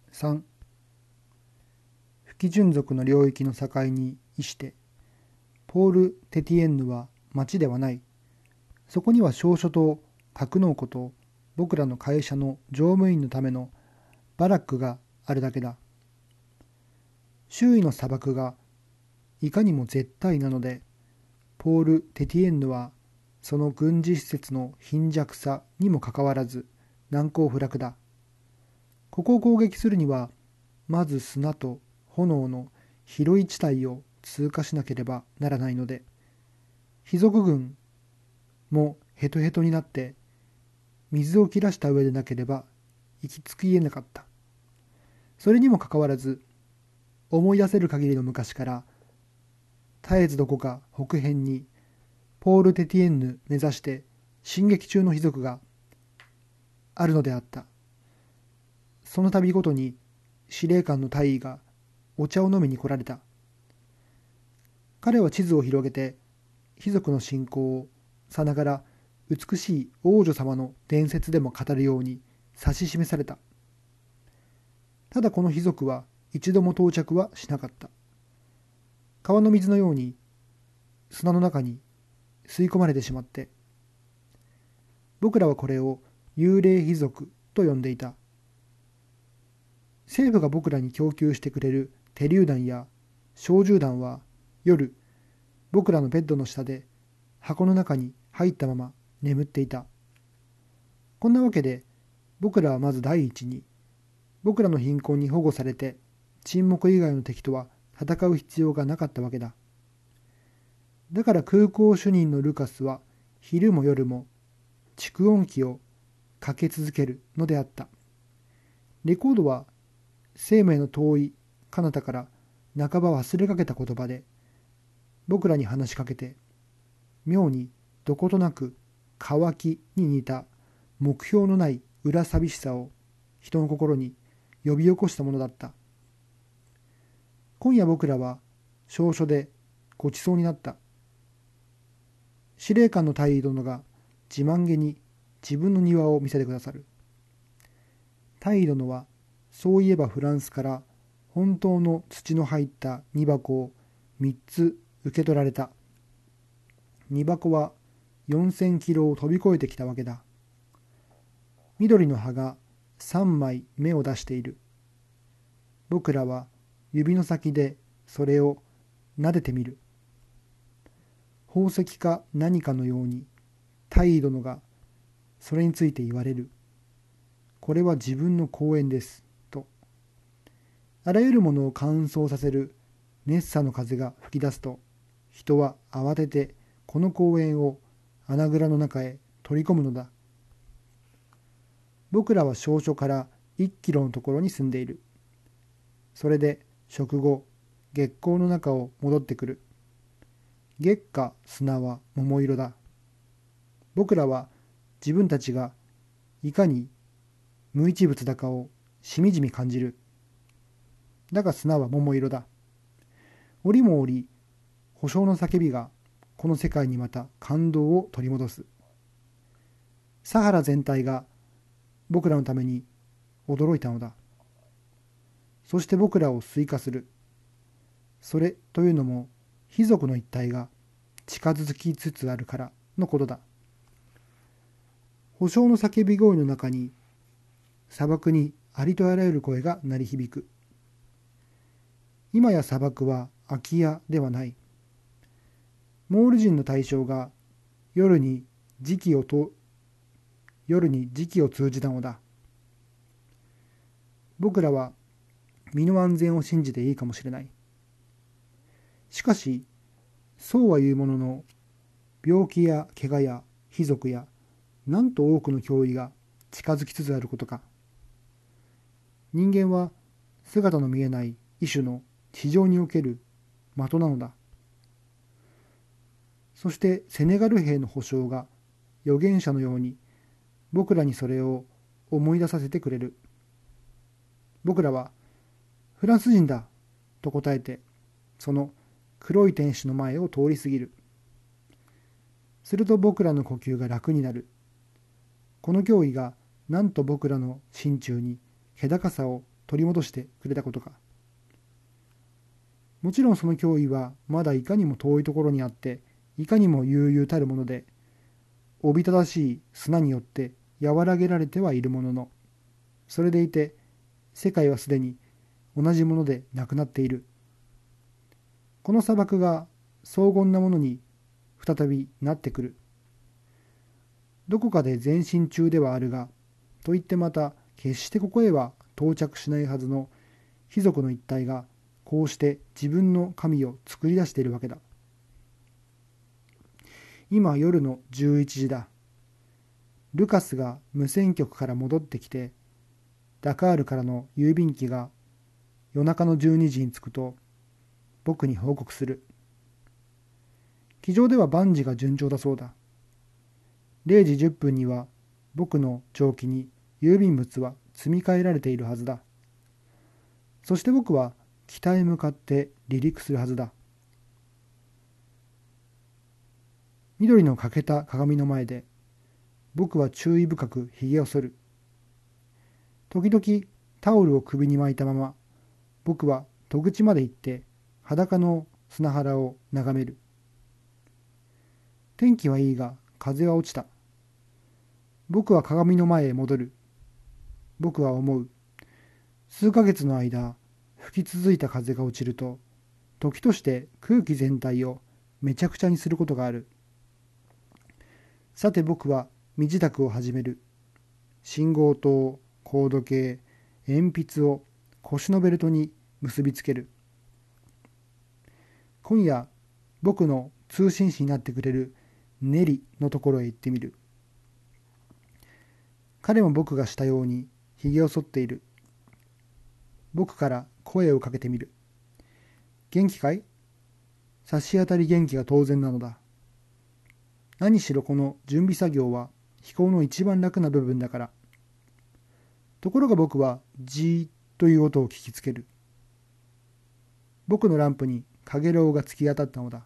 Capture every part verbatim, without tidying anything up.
さん、不基準属の領域の境に位して、ポール・テティエンヌは町ではない。そこには証書と格納庫と僕らの会社の乗務員のためのバラックがあるだけだ。周囲の砂漠がいかにも絶対なので、ポール・テティエンヌはその軍事施設の貧弱さにもかかわらず難攻不落だ。ここを攻撃するには、まず砂と炎の広い地帯を通過しなければならないので、非族軍もヘトヘトになって水を切らした上でなければ行き着きえなかった。それにもかかわらず、思い出せる限りの昔から絶えずどこか北辺にポール・テティエンヌ目指して進撃中の卑族があるのであった。その度ごとに司令官の大尉がお茶を飲みに来られた。彼は地図を広げて卑族の信仰をさながら美しい王女様の伝説でも語るように指し示された。ただこの卑族は一度も到着はしなかった。川の水のように砂の中に吸い込まれてしまって、僕らはこれを幽霊卑族と呼んでいた。政府が僕らに供給してくれる手榴弾や小銃弾は夜、僕らのベッドの下で箱の中に入ったまま眠っていた。こんなわけで僕らはまず第一に、僕らの貧困に保護されて沈黙以外の敵とは戦う必要がなかったわけだ。だから空港主任のルカスは昼も夜も蓄音機をかけ続けるのであった。レコードは生命の遠い彼方から半ば忘れかけた言葉で僕らに話しかけて、妙にどことなく渇きに似た目標のない裏寂しさを人の心に呼び起こしたものだった。今夜僕らは証書でごちそうになった。司令官の大尉殿が自慢げに自分の庭を見せてくださる。大尉殿はそういえばフランスから本当の土の入った荷箱をみっつ受け取られた。荷箱はよんせんキロを飛び越えてきたわけだ。緑の葉がさんまい芽を出している。僕らは指の先でそれを撫でてみる。宝石か何かのように大尉殿がそれについて言われる。これは自分の公園ですと。あらゆるものを乾燥させる熱さの風が吹き出すと、人は慌ててこの公園を穴蔵の中へ取り込むのだ。僕らは証書からいっキロのところに住んでいる。それで食後、月光の中を戻ってくる。月下砂は桃色だ。僕らは自分たちがいかに無一物だかをしみじみ感じる。だが砂は桃色だ。折も折、保証の叫びがこの世界にまた感動を取り戻す。サハラ全体が僕らのために驚いたのだ。そして僕らを追加する。それというのも卑族の一体が近づきつつあるからのことだ。保証の叫び声の中に砂漠にありとあらゆる声が鳴り響く。今や砂漠は空き家ではない。モール人の対象が夜に時期をと夜に時期を通じたのだ。僕らは身の安全を信じていいかもしれない。しかし、そうは言うものの、病気や怪我や卑族やなんと多くの脅威が近づきつつあることか。人間は姿の見えない異種の地上における的なのだ。そしてセネガル兵の保証が預言者のように僕らにそれを思い出させてくれる。僕らはフランス人だと答えて、その黒い天使の前を通り過ぎる。すると僕らの呼吸が楽になる。この脅威がなんと僕らの心中に気高さを取り戻してくれたことか。もちろんその脅威はまだいかにも遠いところにあって、いかにも悠々たるもので、おびただしい砂によって和らげられてはいるものの、それでいて世界はすでに同じものでなくなっている。この砂漠が荘厳なものに再びなってくる。どこかで前進中ではあるが、といってまた決してここへは到着しないはずの貴族の一体が、こうして自分の神を作り出しているわけだ。今夜のじゅういちじだ。ルカスが無線局から戻ってきて、ダカールからの郵便機が夜中のじゅうにじに着くと僕に報告する。機上では万事が順調だそうだ。れいじじゅっぷんには僕の帳記に郵便物は積み替えられているはずだ。そして僕は北へ向かって離陸するはずだ。緑の欠けた鏡の前で僕は注意深くひげを剃る。時々タオルを首に巻いたまま僕は戸口まで行って裸の砂原を眺める。天気はいいが風は落ちた。僕は鏡の前へ戻る。僕は思う。数ヶ月の間吹き続いた風が落ちると、時として空気全体をめちゃくちゃにすることがある。さて僕は身支度を始める。信号灯、コード計、鉛筆を腰のベルトに結びつける。今夜僕の通信士になってくれるネリのところへ行ってみる。彼も僕がしたようにひげを剃っている。僕から声をかけてみる。元気かい？差し当たり元気が当然なのだ。何しろこの準備作業は飛行の一番楽な部分だから。ところが僕はジーッという音を聞きつける。僕のランプにかげろうが突き当たったのだ。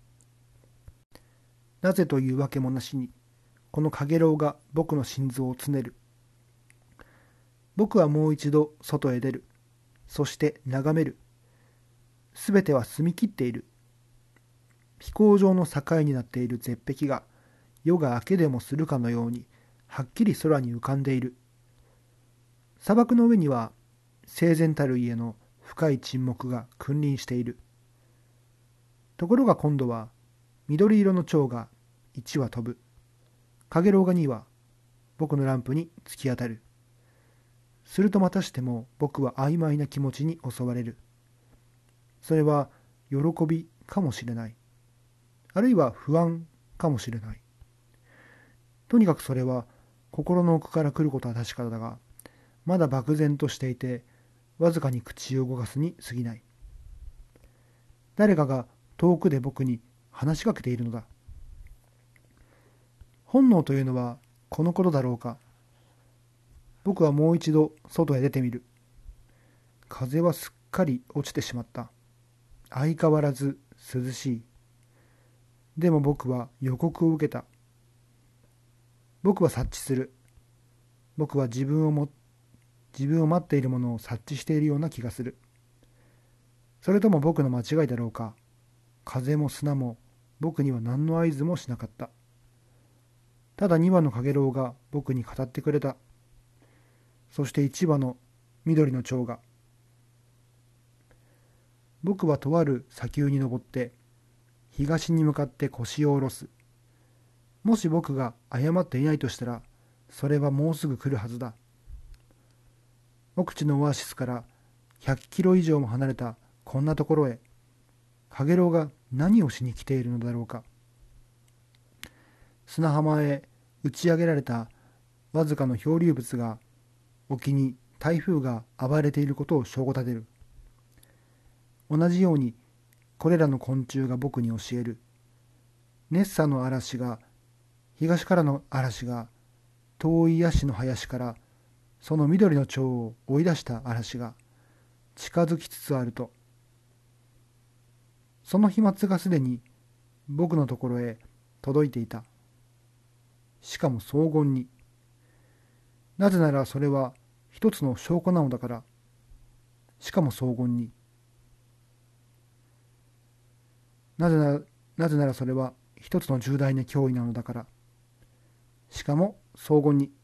なぜというわけもなしに、このかげろうが僕の心臓をつねる。僕はもう一度外へ出る。そして眺める。すべては澄み切っている。飛行場の境になっている絶壁が夜が明けでもするかのようにはっきり空に浮かんでいる。砂漠の上には整然たる家の深い沈黙が君臨している。ところが今度は緑色の蝶が一羽飛ぶ。かげろうが二羽僕のランプに突き当たる。するとまたしても僕は曖昧な気持ちに襲われる。それは喜びかもしれない。あるいは不安かもしれない。とにかくそれは心の奥から来ることは確かだが、まだ漠然としていて、わずかに口を動かすに過ぎない。誰かが遠くで僕に話しかけているのだ。本能というのはこのことだろうか。僕はもう一度外へ出てみる。風はすっかり落ちてしまった。相変わらず涼しい。でも僕は予告を受けた。僕は察知する。僕は自分をも自分を待っているものを察知しているような気がする。それとも僕の間違いだろうか。風も砂も僕には何の合図もしなかった。ただ二羽のかげろうが僕に語ってくれた。そして一羽の緑の蝶が。僕はとある砂丘に登って東に向かって腰を下ろす。もし僕が誤っていないとしたら、それはもうすぐ来るはずだ。奥地のオアシスからひゃっキロ以上も離れたこんなところへ、かげろうが何をしに来ているのだろうか。砂浜へ打ち上げられたわずかの漂流物が沖に台風が暴れていることを証拠立てる。同じようにこれらの昆虫が僕に教える。ネッサの嵐が、東からの嵐が、遠いヤシの林からその緑の蝶を追い出した嵐が近づきつつあると。その飛沫がすでに僕のところへ届いていた。しかも荘厳に。なぜならそれは一つの証拠なのだから。 しかも荘厳に。なぜなら、なぜならそれは一つの重大な脅威なのだから。しかも荘厳に。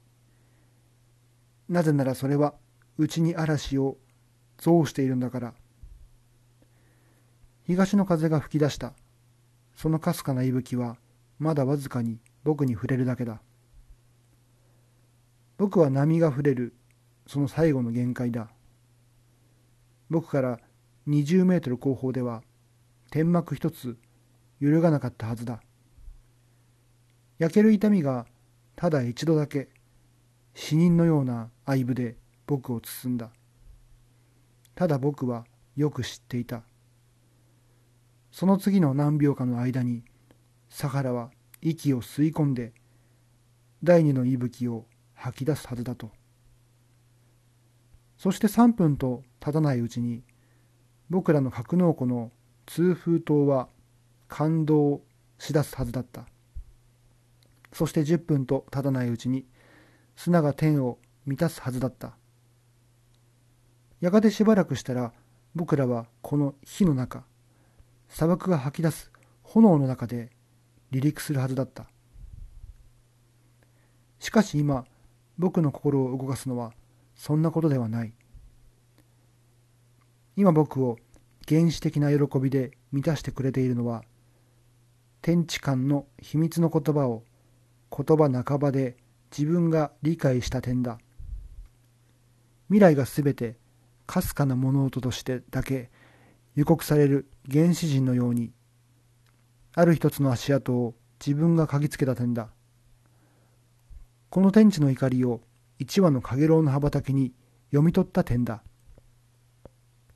なぜならそれは内に嵐を増しているんだから。東の風が吹き出した。そのかすかな息吹はまだわずかに僕に触れるだけだ。僕は波が触れるその最後の限界だ。僕からにじゅうメートル後方では天幕一つ揺るがなかったはずだ。焼ける痛みがただ一度だけ死人のような愛撫で僕を包んだ。ただ僕はよく知っていた。その次の何秒かの間にサハラは息を吸い込んで第二の息吹を吐き出すはずだと。そしてさんぷんと経たないうちに僕らの格納庫の通風筒は感動しだすはずだった。そしてじゅっぷんと経たないうちに砂が天を満たすはずだった。やがてしばらくしたら僕らはこの火の中、砂漠が吐き出す炎の中で離陸するはずだった。しかし今僕の心を動かすのはそんなことではない。今僕を原始的な喜びで満たしてくれているのは天地間の秘密の言葉を言葉半ばで自分が理解した点だ。未来がすべてかすかな物音としてだけ予告される原始人のようにある一つの足跡を自分が嗅ぎつけた点だ。この天地の怒りを一羽の陽炎の羽ばたきに読み取った点だ。